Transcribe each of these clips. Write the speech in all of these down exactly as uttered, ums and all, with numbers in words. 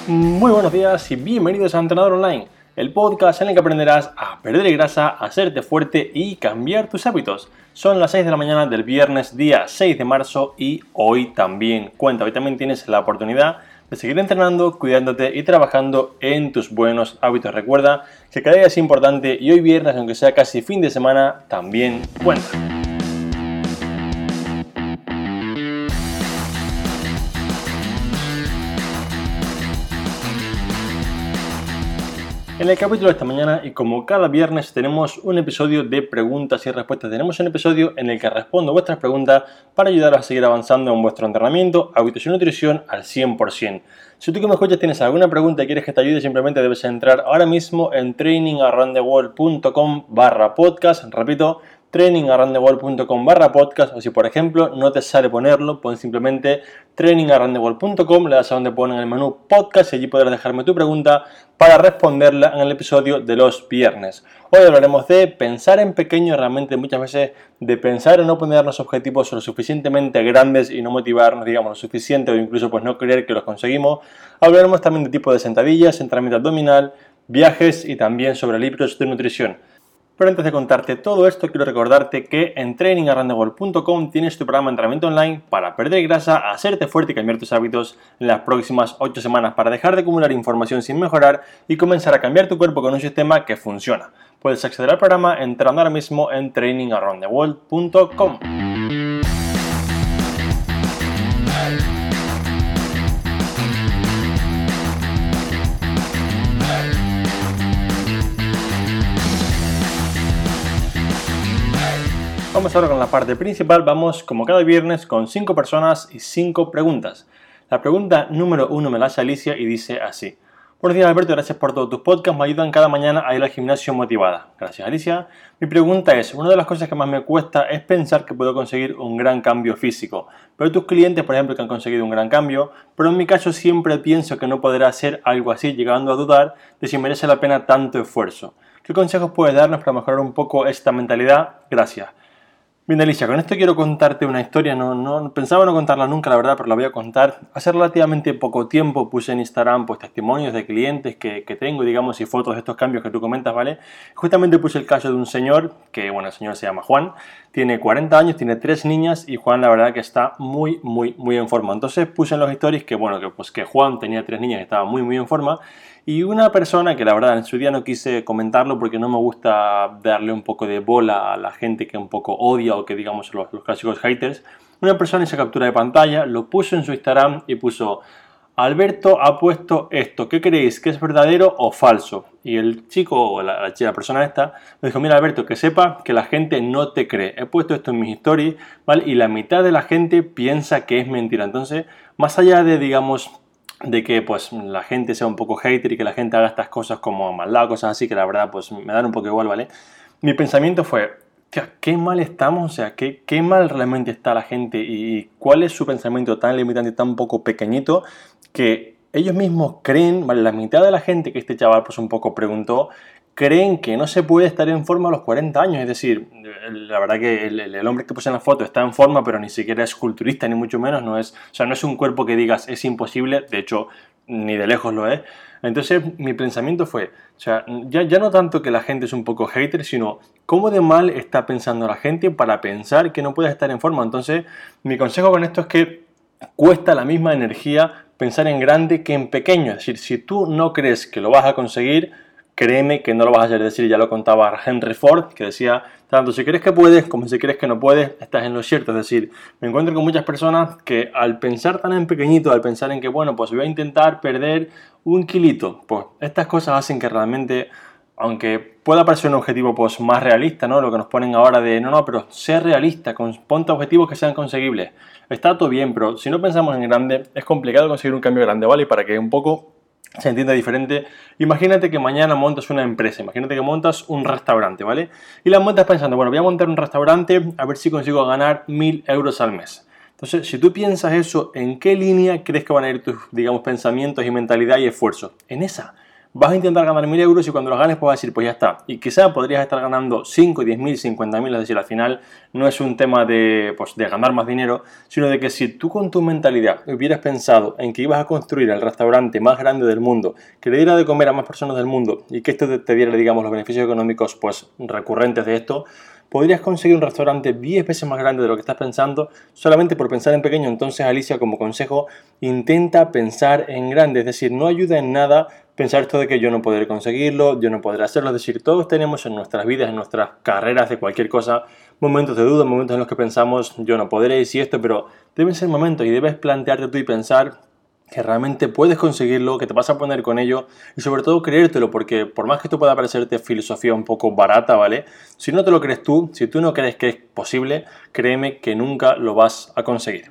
Muy buenos días y bienvenidos a Entrenador Online, el podcast en el que aprenderás a perder grasa, a hacerte fuerte y cambiar tus hábitos. Son las seis de la mañana del viernes, día seis de marzo, y hoy también cuenta, hoy también tienes la oportunidad de seguir entrenando, cuidándote y trabajando en tus buenos hábitos. Recuerda que cada día es importante y hoy viernes, aunque sea casi fin de semana, también cuenta. En el capítulo de esta mañana, y como cada viernes, tenemos un episodio de preguntas y respuestas. Tenemos un episodio en el que respondo vuestras preguntas para ayudaros a seguir avanzando en vuestro entrenamiento, hábitos y nutrición al cien por ciento. Si tú que me escuchas tienes alguna pregunta y quieres que te ayude, simplemente debes entrar ahora mismo en trainingaroundtheworld.com barra podcast. Repito, trainingaroundtheworld.com barra podcast, o si por ejemplo no te sale ponerlo, pon simplemente trainingaroundtheworld punto com, le das a donde ponen el menú podcast y allí podrás dejarme tu pregunta para responderla en el episodio de los viernes. Hoy hablaremos de pensar en pequeño, realmente muchas veces de pensar en no ponernos objetivos lo suficientemente grandes y no motivarnos, digamos, lo suficiente, o incluso pues no creer que los conseguimos. Hablaremos también de tipo de sentadillas, entrenamiento abdominal, viajes y también sobre libros de nutrición. Pero antes de contarte todo esto, quiero recordarte que en trainingaroundtheworld punto com tienes tu programa de entrenamiento online para perder grasa, hacerte fuerte y cambiar tus hábitos en las próximas ocho semanas para dejar de acumular información sin mejorar y comenzar a cambiar tu cuerpo con un sistema que funciona. Puedes acceder al programa entrando ahora mismo en trainingaroundtheworld punto com. Vamos ahora con la parte principal. Vamos como cada viernes con cinco personas y cinco preguntas. La pregunta número uno me la hace Alicia y dice así: buenos días Alberto, gracias por todos tus podcasts, me ayudan cada mañana a ir al gimnasio motivada. Gracias Alicia. Mi pregunta es, una de las cosas que más me cuesta es pensar que puedo conseguir un gran cambio físico. Pero tus clientes, por ejemplo, que han conseguido un gran cambio, pero en mi caso siempre pienso que no podré hacer algo así, llegando a dudar de si merece la pena tanto esfuerzo. ¿Qué consejos puedes darnos para mejorar un poco esta mentalidad? Gracias. Bien, Alicia, con esto quiero contarte una historia. No, no pensaba no contarla nunca, la verdad, pero la voy a contar. Hace relativamente poco tiempo puse en Instagram pues, testimonios de clientes que, que tengo, digamos, y fotos de estos cambios que tú comentas, ¿vale? Justamente puse el caso de un señor, que bueno, el señor se llama Juan, tiene cuarenta años, tiene tres niñas, y Juan la verdad que está muy, muy, muy en forma. Entonces puse en los stories que, bueno, que, pues, que Juan tenía tres niñas y estaba muy, muy en forma. Y una persona que la verdad en su día no quise comentarlo porque no me gusta darle un poco de bola a la gente que un poco odia o que digamos los, los clásicos haters, una persona hizo captura de pantalla, lo puso en su Instagram y puso: Alberto ha puesto esto, ¿qué creéis? ¿Que es verdadero o falso? Y el chico o la, la, la persona esta me dijo: mira Alberto, que sepa que la gente no te cree, he puesto esto en mis stories, ¿vale? Y la mitad de la gente piensa que es mentira. Entonces, más allá de digamos de que pues la gente sea un poco hater y que la gente haga estas cosas como maldad, cosas así que la verdad pues me dan un poco igual, ¿vale? Mi pensamiento fue, tía, qué mal estamos, o sea, qué, qué mal realmente está la gente y cuál es su pensamiento tan limitante y tan poco pequeñito que ellos mismos creen, ¿vale? La mitad de la gente que este chaval pues un poco preguntó, creen que no se puede estar en forma a los cuarenta años, es decir, la verdad que el, el hombre que puse en la foto está en forma, pero ni siquiera es culturista, ni mucho menos, no es, o sea, no es un cuerpo que digas es imposible, de hecho, ni de lejos lo es. Entonces, mi pensamiento fue, o sea, ya, ya no tanto que la gente es un poco hater, sino cómo de mal está pensando la gente para pensar que no puedes estar en forma. Entonces, mi consejo con esto es que cuesta la misma energía pensar en grande que en pequeño, es decir, si tú no crees que lo vas a conseguir, créeme que no lo vas a hacer. Decir, ya lo contaba Henry Ford, que decía, tanto si crees que puedes como si crees que no puedes, estás en lo cierto. Es decir, me encuentro con muchas personas que al pensar tan en pequeñito, al pensar en que, bueno, pues voy a intentar perder un kilito, pues estas cosas hacen que realmente, aunque pueda parecer un objetivo pues más realista, ¿no? Lo que nos ponen ahora de, no, no, pero sé realista, ponte objetivos que sean conseguibles. Está todo bien, pero si no pensamos en grande, es complicado conseguir un cambio grande, ¿vale? Y para que un poco se entiende diferente, imagínate que mañana montas una empresa, imagínate que montas un restaurante, ¿vale? Y la montas pensando, bueno, voy a montar un restaurante a ver si consigo ganar mil euros al mes. Entonces, si tú piensas eso, ¿en qué línea crees que van a ir tus, digamos, pensamientos y mentalidad y esfuerzo? En esa. vas a intentar ganar mil euros y cuando los ganes puedes decir, pues ya está. Y quizá podrías estar ganando cinco, diez mil, cincuenta mil, es decir, al final no es un tema de, pues, de ganar más dinero, sino de que si tú con tu mentalidad hubieras pensado en que ibas a construir el restaurante más grande del mundo, que le diera de comer a más personas del mundo y que esto te, te diera, digamos, los beneficios económicos pues recurrentes de esto, podrías conseguir un restaurante diez veces más grande de lo que estás pensando solamente por pensar en pequeño. Entonces, Alicia, como consejo, intenta pensar en grande, es decir, no ayuda en nada pensar esto de que yo no podré conseguirlo, yo no podré hacerlo, es decir, todos tenemos en nuestras vidas, en nuestras carreras de cualquier cosa, momentos de duda, momentos en los que pensamos yo no podré y esto, pero deben ser momentos y debes plantearte tú y pensar que realmente puedes conseguirlo, que te vas a poner con ello y sobre todo creértelo, porque por más que esto pueda parecerte filosofía un poco barata, ¿vale? Si no te lo crees tú, si tú no crees que es posible, créeme que nunca lo vas a conseguir.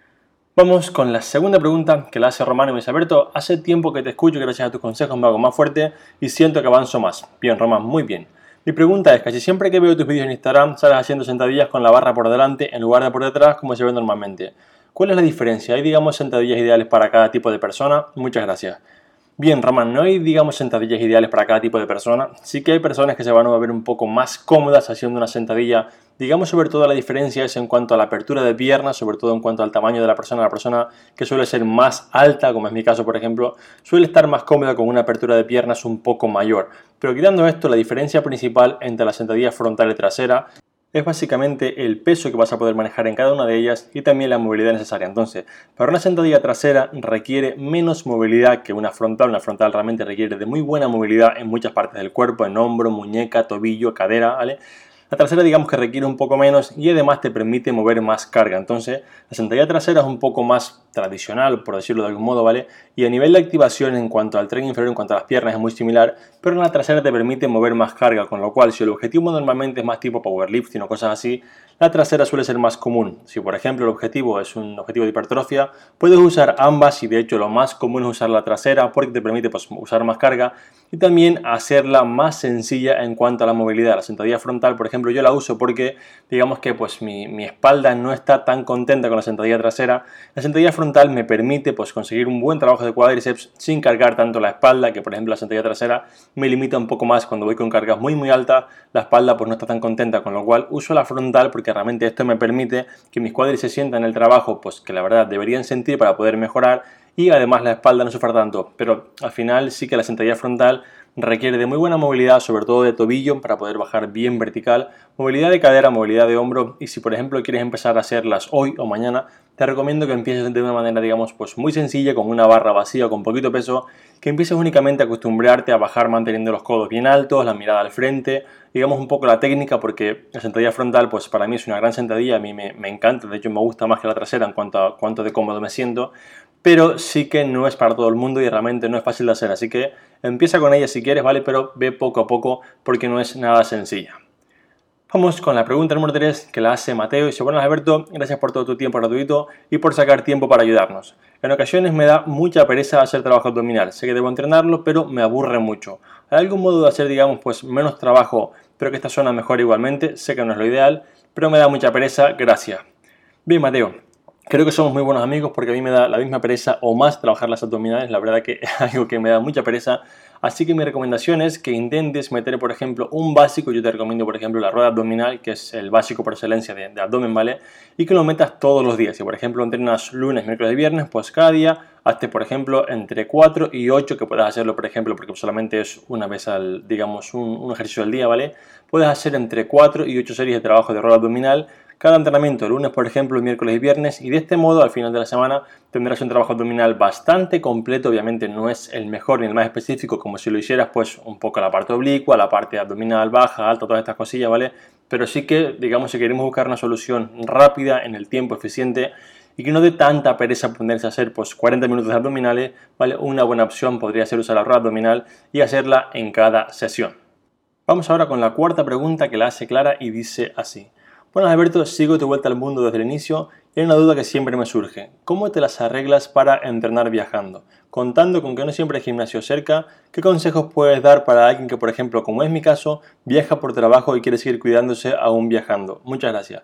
Vamos con la segunda pregunta que la hace Romano y me dice: Alberto, hace tiempo que te escucho y gracias a tus consejos me hago más fuerte y siento que avanzo más. Bien, Román, muy bien. Mi pregunta es, casi siempre que veo tus vídeos en Instagram sales haciendo sentadillas con la barra por delante en lugar de por detrás como se ve normalmente. ¿Cuál es la diferencia? ¿Hay, digamos, sentadillas ideales para cada tipo de persona? Muchas gracias. Bien, Román, no hay, digamos, sentadillas ideales para cada tipo de persona. Sí que hay personas que se van a ver un poco más cómodas haciendo una sentadilla. Digamos, sobre todo la diferencia es en cuanto a la apertura de piernas, sobre todo en cuanto al tamaño de la persona. La persona que suele ser más alta, como es mi caso, por ejemplo, suele estar más cómoda con una apertura de piernas un poco mayor. Pero quitando esto, la diferencia principal entre la sentadilla frontal y trasera es básicamente el peso que vas a poder manejar en cada una de ellas y también la movilidad necesaria. Entonces, para una sentadilla trasera requiere menos movilidad que una frontal. Una frontal realmente requiere de muy buena movilidad en muchas partes del cuerpo, en hombro, muñeca, tobillo, cadera, ¿vale? La trasera digamos que requiere un poco menos y además te permite mover más carga. Entonces, la sentadilla trasera es un poco más tradicional, por decirlo de algún modo, ¿vale? Y a nivel de activación en cuanto al tren inferior, en cuanto a las piernas, es muy similar, pero en la trasera te permite mover más carga, con lo cual si el objetivo normalmente es más tipo powerlifting o cosas así, la trasera suele ser más común. Si por ejemplo el objetivo es un objetivo de hipertrofia, puedes usar ambas y de hecho lo más común es usar la trasera porque te permite pues, usar más carga y también hacerla más sencilla en cuanto a la movilidad. La sentadilla frontal, por ejemplo, yo la uso porque digamos que pues mi, mi espalda no está tan contenta con la sentadilla trasera. La sentadilla frontal me permite pues, conseguir un buen trabajo de cuádriceps sin cargar tanto la espalda, que por ejemplo la sentadilla trasera me limita un poco más cuando voy con cargas muy muy altas, la espalda pues no está tan contenta, con lo cual uso la frontal porque realmente esto me permite que mis cuádriceps sientan el trabajo pues que la verdad deberían sentir para poder mejorar y además la espalda no sufra tanto, pero al final sí que la sentadilla frontal requiere de muy buena movilidad, sobre todo de tobillo para poder bajar bien vertical, movilidad de cadera, movilidad de hombro y si por ejemplo quieres empezar a hacerlas hoy o mañana, te recomiendo que empieces de una manera digamos pues muy sencilla, con una barra vacía, con poquito peso, que empieces únicamente a acostumbrarte a bajar manteniendo los codos bien altos, la mirada al frente, digamos un poco la técnica porque la sentadilla frontal pues para mí es una gran sentadilla, a mí me, me encanta, de hecho me gusta más que la trasera en cuanto a cuánto de cómodo me siento, pero sí que no es para todo el mundo y realmente no es fácil de hacer, así que empieza con ella si quieres, ¿vale? Pero ve poco a poco porque no es nada sencilla. Vamos con la pregunta número tres que la hace Mateo y dice: buenas Alberto, gracias por todo tu tiempo gratuito y por sacar tiempo para ayudarnos. En ocasiones me da mucha pereza hacer trabajo abdominal, sé que debo entrenarlo pero me aburre mucho. ¿Hay algún modo de hacer digamos pues menos trabajo pero que esta zona mejore igualmente? Sé que no es lo ideal, pero me da mucha pereza, gracias. Bien Mateo, creo que somos muy buenos amigos porque a mí me da la misma pereza o más trabajar las abdominales, la verdad que es algo que me da mucha pereza, así que mi recomendación es que intentes meter por ejemplo un básico, yo te recomiendo por ejemplo la rueda abdominal, que es el básico por excelencia de, de abdomen, ¿vale? Y que lo metas todos los días, si por ejemplo entrenas lunes, miércoles y viernes, pues cada día hazte por ejemplo entre cuatro y ocho, que puedas hacerlo por ejemplo porque solamente es una vez al, digamos un, un ejercicio al día, ¿vale? Puedes hacer entre cuatro y ocho series de trabajo de rueda abdominal cada entrenamiento, el lunes por ejemplo, el miércoles y viernes, y de este modo al final de la semana tendrás un trabajo abdominal bastante completo. Obviamente no es el mejor ni el más específico como si lo hicieras pues un poco la parte oblicua, la parte abdominal baja, alta, todas estas cosillas, ¿vale? Pero sí que digamos si queremos buscar una solución rápida en el tiempo eficiente y que no dé tanta pereza ponerse a hacer pues cuarenta minutos de abdominales, ¿vale? Una buena opción podría ser usar la rueda abdominal y hacerla en cada sesión. Vamos ahora con la cuarta pregunta que la hace Clara y dice así: bueno Alberto, sigo tu vuelta al mundo desde el inicio y hay una duda que siempre me surge. ¿Cómo te las arreglas para entrenar viajando? Contando con que no siempre hay gimnasio cerca, ¿qué consejos puedes dar para alguien que, por ejemplo, como es mi caso, viaja por trabajo y quiere seguir cuidándose aún viajando? Muchas gracias.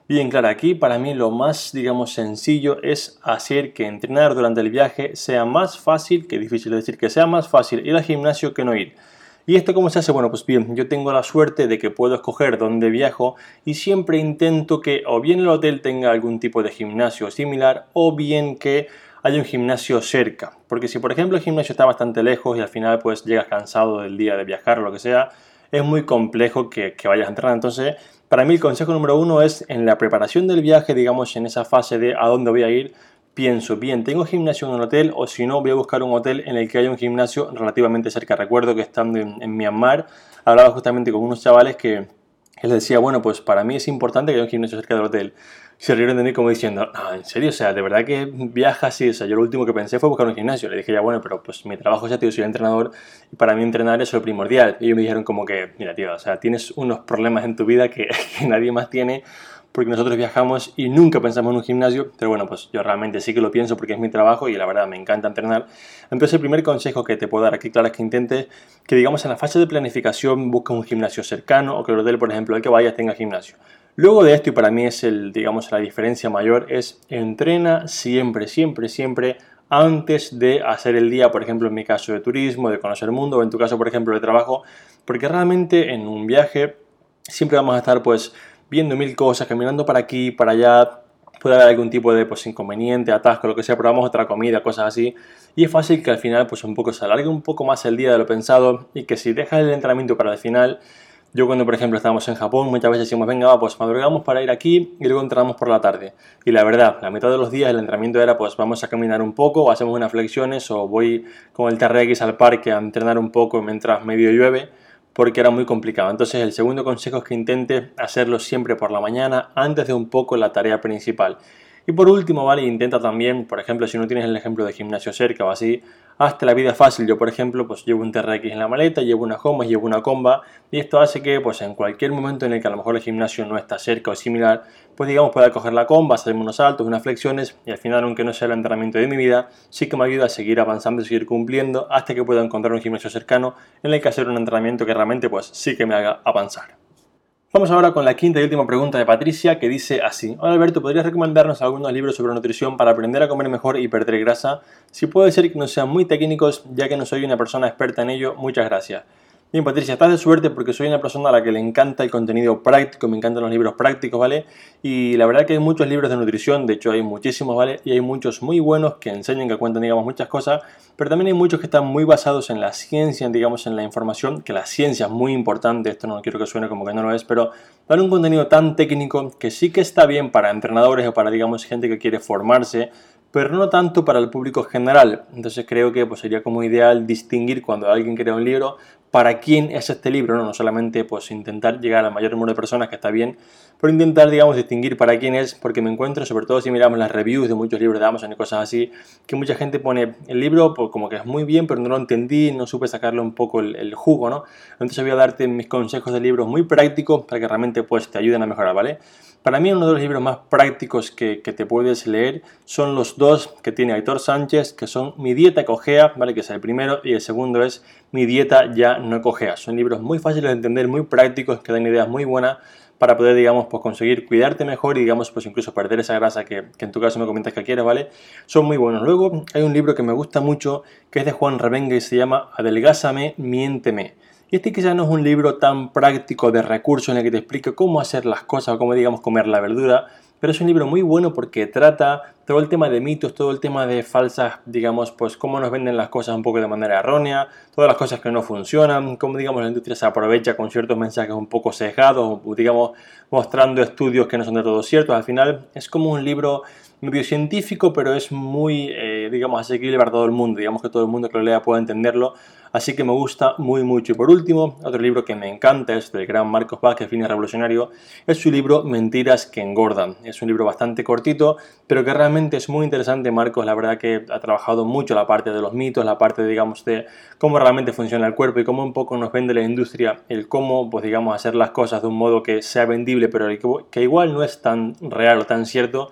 Bien, claro, aquí para mí lo más, digamos, sencillo es hacer que entrenar durante el viaje sea más fácil que difícil, es decir, que sea más fácil ir al gimnasio que no ir. ¿Y esto cómo se hace? Bueno, pues bien, yo tengo la suerte de que puedo escoger dónde viajo y siempre intento que o bien el hotel tenga algún tipo de gimnasio similar o bien que haya un gimnasio cerca. Porque si por ejemplo el gimnasio está bastante lejos y al final pues llegas cansado del día de viajar o lo que sea, es muy complejo que, que vayas a entrenar. Entonces, para mí el consejo número uno es en la preparación del viaje, digamos en esa fase de a dónde voy a ir, pienso, bien, ¿tengo gimnasio en un hotel o si no voy a buscar un hotel en el que haya un gimnasio relativamente cerca? Recuerdo que estando en, en Myanmar hablaba justamente con unos chavales que les decía, bueno, pues para mí es importante que haya un gimnasio cerca del hotel. Se rieron de mí como diciendo, ah, ¿en serio? O sea, ¿de verdad que viajas así? O sea, yo lo último que pensé fue buscar un gimnasio. Le dije, ya bueno, pero pues mi trabajo ya, tío, soy entrenador y para mí entrenar es lo primordial. Y ellos me dijeron como que, mira, tío, o sea, tienes unos problemas en tu vida que, que nadie más tiene porque nosotros viajamos y nunca pensamos en un gimnasio, pero bueno, pues yo realmente sí que lo pienso porque es mi trabajo y la verdad me encanta entrenar. Entonces el primer consejo que te puedo dar aquí, claro, es que intentes que digamos en la fase de planificación busques un gimnasio cercano o que el hotel, por ejemplo, al que vayas tenga gimnasio. Luego de esto, y para mí es el, digamos, la diferencia mayor, es entrena siempre, siempre, siempre antes de hacer el día, por ejemplo, en mi caso de turismo, de conocer el mundo, o en tu caso, por ejemplo, de trabajo, porque realmente en un viaje siempre vamos a estar pues viendo mil cosas, caminando para aquí, para allá, puede haber algún tipo de pues, inconveniente, atasco, lo que sea, probamos otra comida, cosas así, y es fácil que al final pues un poco se alargue un poco más el día de lo pensado y que si dejas el entrenamiento para el final. Yo cuando, por ejemplo, estábamos en Japón, muchas veces decimos, venga, va, pues madrugamos para ir aquí y luego entrenamos por la tarde. Y la verdad, la mitad de los días el entrenamiento era, pues vamos a caminar un poco, o hacemos unas flexiones, o voy con el T R X al parque a entrenar un poco mientras medio llueve, porque era muy complicado. Entonces el segundo consejo es que intente hacerlo siempre por la mañana, antes de un poco la tarea principal. Y por último, ¿vale? Intenta también, por ejemplo, si no tienes el ejemplo de gimnasio cerca o así, hazte la vida fácil. Yo, por ejemplo, pues llevo un T R X en la maleta, llevo una Homas, llevo una comba y esto hace que, pues en cualquier momento en el que a lo mejor el gimnasio no está cerca o similar, pues digamos pueda coger la comba, hacerme unos saltos, unas flexiones y al final, aunque no sea el entrenamiento de mi vida, sí que me ayuda a seguir avanzando y seguir cumpliendo hasta que pueda encontrar un gimnasio cercano en el que hacer un entrenamiento que realmente, pues sí que me haga avanzar. Vamos ahora con la quinta y última pregunta de Patricia, que dice así: hola Alberto, ¿podrías recomendarnos algunos libros sobre nutrición para aprender a comer mejor y perder grasa? Si puede ser que no sean muy técnicos, ya que no soy una persona experta en ello, muchas gracias. Bien, Patricia, estás de suerte porque soy una persona a la que le encanta el contenido práctico, me encantan los libros prácticos, ¿vale? Y la verdad que hay muchos libros de nutrición, de hecho hay muchísimos, ¿vale? Y hay muchos muy buenos que enseñan, que cuentan, digamos, muchas cosas, pero también hay muchos que están muy basados en la ciencia, digamos, en la información, que la ciencia es muy importante, esto no quiero que suene como que no lo es, pero dan un contenido tan técnico que sí que está bien para entrenadores o para, digamos, gente que quiere formarse, pero no tanto para el público general. Entonces creo que pues, sería como ideal distinguir cuando alguien crea un libro para quién es este libro, no, no solamente pues intentar llegar al mayor número de personas, que está bien, pero intentar, digamos, distinguir para quién es, porque me encuentro, sobre todo si miramos las reviews de muchos libros de Amazon y cosas así, que mucha gente pone el libro pues, como que es muy bien, pero no lo entendí, no supe sacarle un poco el, el jugo, ¿no? Entonces voy a darte mis consejos de libros muy prácticos para que realmente pues te ayuden a mejorar, ¿vale? Para mí uno de los libros más prácticos que, que te puedes leer son los dos que tiene Aitor Sánchez, que son Mi dieta cojea, ¿vale? Que es el primero, y el segundo es Mi dieta ya no cojea. Son libros muy fáciles de entender, muy prácticos, que dan ideas muy buenas para poder, digamos, pues conseguir cuidarte mejor y, digamos, pues incluso perder esa grasa que, que en tu caso me comentas que quieres, ¿vale? Son muy buenos. Luego hay un libro que me gusta mucho, que es de Juan Revenga y se llama Adelgázame, miénteme. Y este quizá no es un libro tan práctico de recursos en el que te explique cómo hacer las cosas o cómo, digamos, comer la verdura, pero es un libro muy bueno porque trata todo el tema de mitos, todo el tema de falsas, digamos, pues cómo nos venden las cosas un poco de manera errónea, todas las cosas que no funcionan, cómo, digamos, la industria se aprovecha con ciertos mensajes un poco sesgados, digamos, mostrando estudios que no son de todo ciertos. Al final es como un libro medio científico, pero es muy, eh, digamos, asequible para todo el mundo. Digamos que todo el mundo que lo lea pueda entenderlo. Así que me gusta muy mucho. Y por último, otro libro que me encanta es del gran Marcos Vázquez, Fitness Revolucionario, es su libro Mentiras que engordan. Es un libro bastante cortito, pero que realmente es muy interesante. Marcos, la verdad que ha trabajado mucho la parte de los mitos, la parte, digamos, de cómo realmente funciona el cuerpo y cómo un poco nos vende la industria el cómo, pues digamos, hacer las cosas de un modo que sea vendible, pero que igual no es tan real o tan cierto.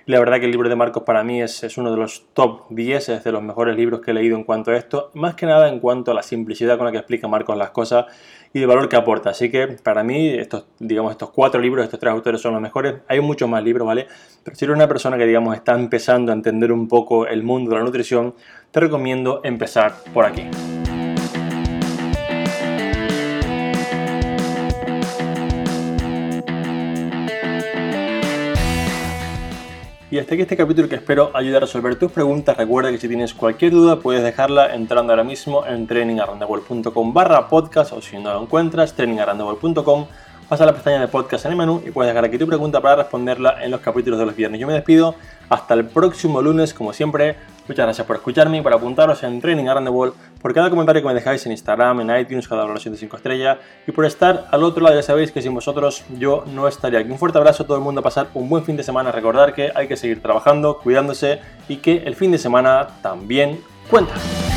Y la verdad que el libro de Marcos para mí es, es uno de los top diez, es de los mejores libros que he leído en cuanto a esto, más que nada en cuanto a la simplicidad con la que explica Marcos las cosas y el valor que aporta. Así que para mí estos, digamos, estos cuatro libros, estos tres autores son los mejores. Hay muchos más libros, ¿vale? Pero si eres una persona que, digamos, está empezando a entender un poco el mundo de la nutrición, te recomiendo empezar por aquí. Y hasta aquí este capítulo que espero ayude a resolver tus preguntas. Recuerda que si tienes cualquier duda puedes dejarla entrando ahora mismo en trainingarrandable.com barra podcast, o si no lo encuentras, trainingarrandable punto com. Vas a la pestaña de podcast en el menú y puedes dejar aquí tu pregunta para responderla en los capítulos de los viernes. Yo me despido hasta el próximo lunes, como siempre. Muchas gracias por escucharme y por apuntaros en Training Around the World, por cada comentario que me dejáis en Instagram, en iTunes, cada valoración de cinco estrellas, y por estar al otro lado. Ya sabéis que sin vosotros yo no estaría aquí. Un fuerte abrazo a todo el mundo, pasar un buen fin de semana. Recordar que hay que seguir trabajando, cuidándose y que el fin de semana también cuenta.